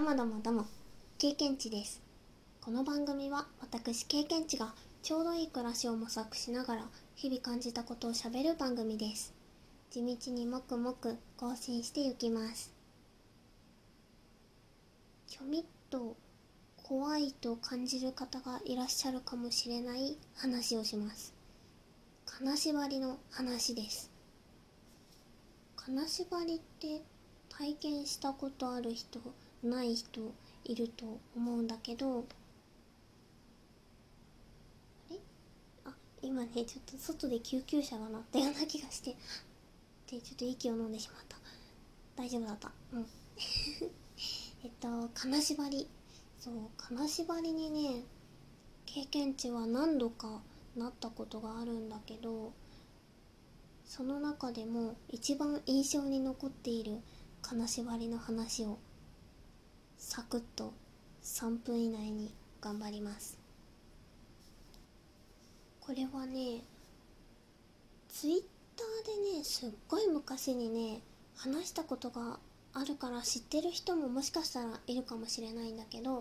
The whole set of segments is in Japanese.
どうも、経験値です。この番組は私経験値がちょうどいい暮らしを模索しながら日々感じたことをしゃべる番組です。地道にもくもく更新していきます。ちょみっと怖いと感じる方がいらっしゃるかもしれない話をします。金縛りの話です。金縛りって体験したことある人ない人いると思うんだけど、今ねちょっと外で救急車が鳴ったような気がしてでちょっと息を飲んでしまった。大丈夫だった。金縛り、そう、金縛りにね経験値は何度かなったことがあるんだけど、その中でも一番印象に残っている金縛りの話をサクッと3分以内に頑張ります。これはね、ツイッターでねすっごい昔にね話したことがあるから知ってる人ももしかしたらいるかもしれないんだけど、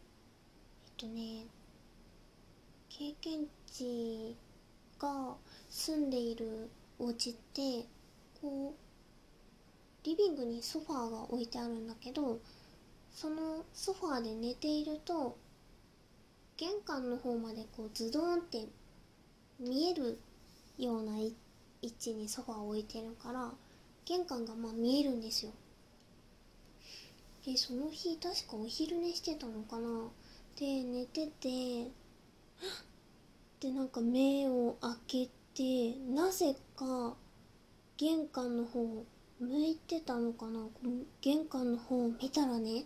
経験値が住んでいるお家ってこうリビングにソファーが置いてあるんだけど、そのソファーで寝ていると玄関の方までこうズドーンって見えるような位置にソファーを置いてるから玄関が見えるんですよ。でその日確かお昼寝してたのかな。で寝ててでなんか目を開けてなぜか玄関の方向いてたのかな。玄関の方を見たらね、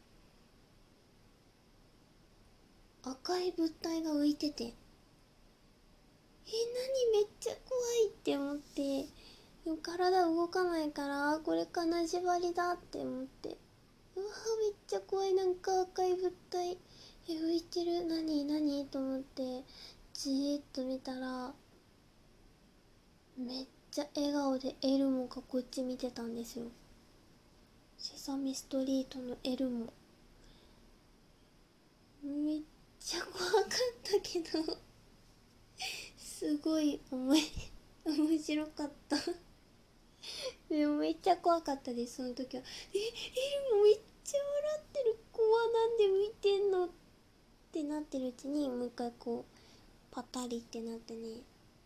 赤い物体が浮いてて、何めっちゃ怖いって思って、体動かないからこれ金縛りだって思って、うわめっちゃ怖い、なんか赤い物体浮いてる、何と思ってじーっと見たらめっちゃ笑顔でエルモがこっち見てたんですよ。セサミストリートのエルモ、めっちゃ怖かったけどすごい面白かったでもめっちゃ怖かったです、その時は。エルモめっちゃ笑ってる、怖、なんで見てんのってなってるうちにもう一回こうパタリってなってね、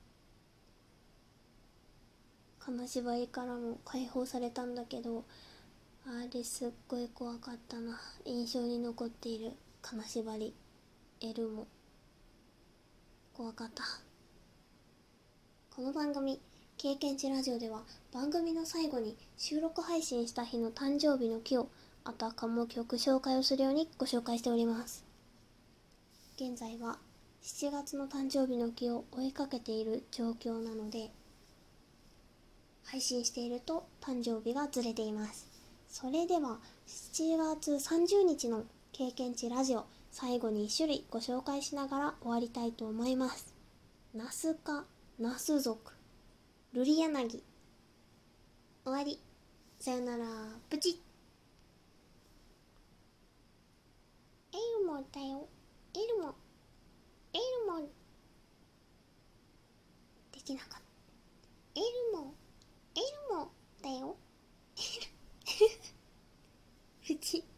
金縛りからも解放されたんだけど、あれすっごい怖かったな。印象に残っている金縛りエルモ、怖かった。この番組経験値ラジオでは番組の最後に収録配信した日の誕生日の木をあたかも曲紹介をするようにご紹介しております。現在は7月の誕生日の木を追いかけている状況なので、配信していると誕生日がずれています。それでは7月30日の経験値ラジオ、最後に1種類ご紹介しながら終わりたいと思います。ナス科ナス属ルリヤナギ。終わり。さよなら。プチッ。エルモだよ。エルモ。エルモ。できなかった。エルモ。エルモだよ。プチッ。